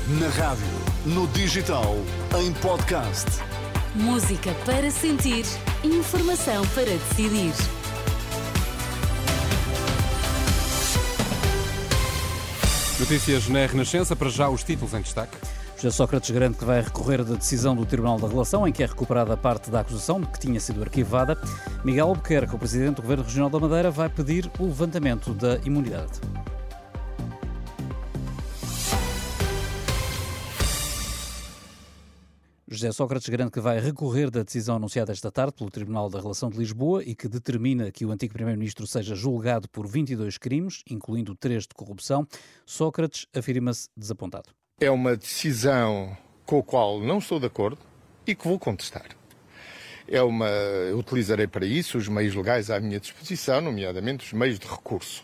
Na rádio, no digital, em podcast. Música para sentir, informação para decidir. Notícias na Renascença, para já os títulos em destaque. José Sócrates garante que vai recorrer da decisão do Tribunal da Relação, em que é recuperada parte da acusação que tinha sido arquivada. Miguel Albuquerque, o Presidente do Governo Regional da Madeira, vai pedir o levantamento da imunidade. José Sócrates garante que vai recorrer da decisão anunciada esta tarde pelo Tribunal da Relação de Lisboa e que determina que o antigo Primeiro-Ministro seja julgado por 22 crimes, incluindo 3 de corrupção. Sócrates afirma-se desapontado. É uma decisão com a qual não estou de acordo e que vou contestar. Eu utilizarei para isso os meios legais à minha disposição, nomeadamente os meios de recurso.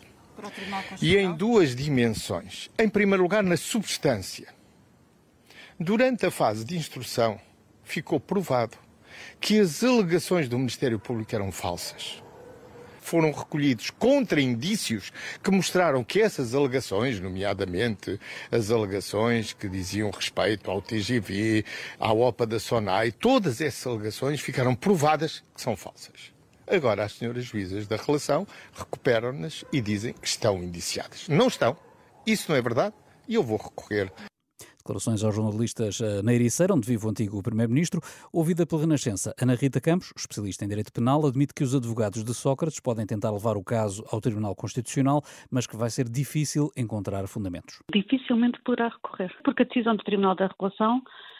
E em duas dimensões. Em primeiro lugar, na substância. Durante a fase de instrução, ficou provado que as alegações do Ministério Público eram falsas. Foram recolhidos contra-indícios que mostraram que essas alegações, nomeadamente as alegações que diziam respeito ao TGV, à OPA da SONAI, todas essas alegações ficaram provadas que são falsas. Agora as senhoras juízas da relação recuperam-nas e dizem que estão indiciadas. Não estão. Isso não é verdade e eu vou recorrer. Declarações aos jornalistas na Ericeira, onde vive o antigo Primeiro-Ministro. Ouvida pela Renascença, Ana Rita Campos, especialista em Direito Penal, admite que os advogados de Sócrates podem tentar levar o caso ao Tribunal Constitucional, mas que vai ser difícil encontrar fundamentos. Dificilmente poderá recorrer, porque a decisão do Tribunal da Relação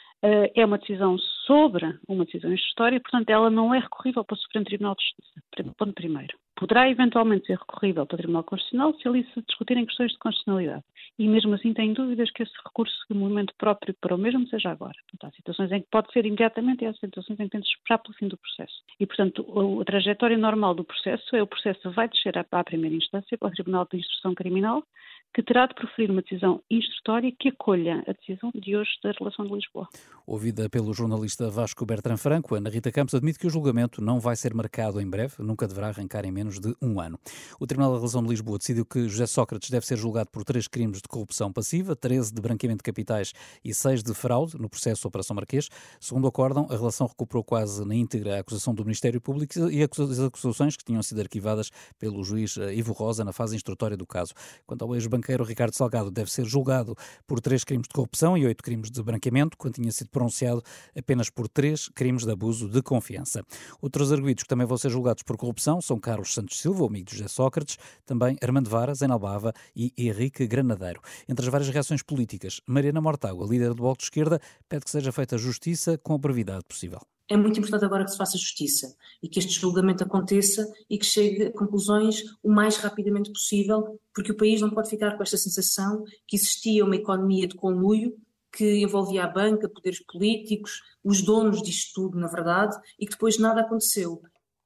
é uma decisão sobre uma decisão instrutória, portanto ela não é recorrível para o Supremo Tribunal de Justiça, ponto primeiro. Poderá eventualmente ser recorrível para o Tribunal Constitucional se ali se discutirem questões de constitucionalidade. E mesmo assim tenho dúvidas que esse recurso de movimento próprio para o mesmo seja agora. Portanto, há situações em que pode ser imediatamente e há situações em que tem de esperar pelo fim do processo. E, portanto, a trajetória normal do processo é o processo vai descer à primeira instância, para o Tribunal de Instrução Criminal, que terá de proferir uma decisão instrutória que acolha a decisão de hoje da Relação de Lisboa. Ouvida pelo jornalista Vasco Bertrand Franco, Ana Rita Campos admite que o julgamento não vai ser marcado em breve, nunca deverá arrancar em menos de um ano. O Tribunal da Relação de Lisboa decidiu que José Sócrates deve ser julgado por 3 crimes de corrupção passiva, 13 de branqueamento de capitais e 6 de fraude no processo Operação Marquês. Segundo o acórdão, a relação recuperou quase na íntegra a acusação do Ministério Público e as acusações que tinham sido arquivadas pelo juiz Ivo Rosa na fase instrutória do caso. Quanto ao ex-banqueiro Ricardo Salgado, deve ser julgado por 3 crimes de corrupção e 8 crimes de branqueamento, quando tinha sido pronunciado apenas por 3 crimes de abuso de confiança. Outros arguidos que também vão ser julgados por corrupção são Carlos Santos Silva, o amigo de José Sócrates, também Armando Vara, Zé Nalbava e Henrique Granadeiro. Entre as várias reações políticas, Mariana Mortágua, líder do Bloco de Esquerda, pede que seja feita justiça com a brevidade possível. É muito importante agora que se faça justiça e que este julgamento aconteça e que chegue a conclusões o mais rapidamente possível, porque o país não pode ficar com esta sensação que existia uma economia de conluio que envolvia a banca, poderes políticos, os donos disto tudo, na verdade, e que depois nada aconteceu.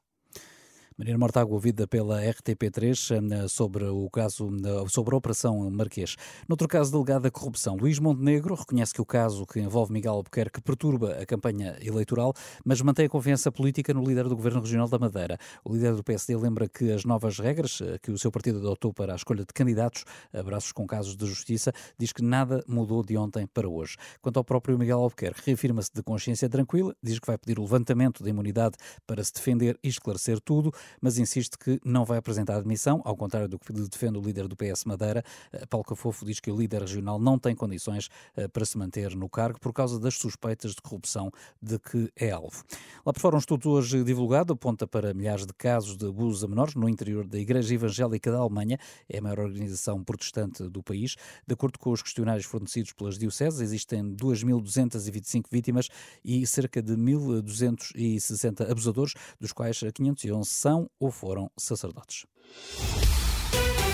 Mariana Mortágua, ouvida pela RTP3 sobre o caso, sobre a Operação Marquês. Noutro caso delegado da corrupção, Luís Montenegro reconhece que o caso que envolve Miguel Albuquerque perturba a campanha eleitoral, mas mantém a confiança política no líder do Governo Regional da Madeira. O líder do PSD lembra que as novas regras que o seu partido adotou para a escolha de candidatos, abraços com casos de justiça, diz que nada mudou de ontem para hoje. Quanto ao próprio Miguel Albuquerque, reafirma-se de consciência tranquila, diz que vai pedir o levantamento da imunidade para se defender e esclarecer tudo, mas insiste que não vai apresentar admissão, ao contrário do que defende o líder do PS Madeira. Paulo Cafofo diz que o líder regional não tem condições para se manter no cargo por causa das suspeitas de corrupção de que é alvo. Lá por fora, um estudo hoje divulgado aponta para milhares de casos de abusos a menores no interior da Igreja Evangélica da Alemanha, é a maior organização protestante do país. De acordo com os questionários fornecidos pelas dioceses, existem 2.225 vítimas e cerca de 1.260 abusadores, dos quais 511 são ou foram sacerdotes.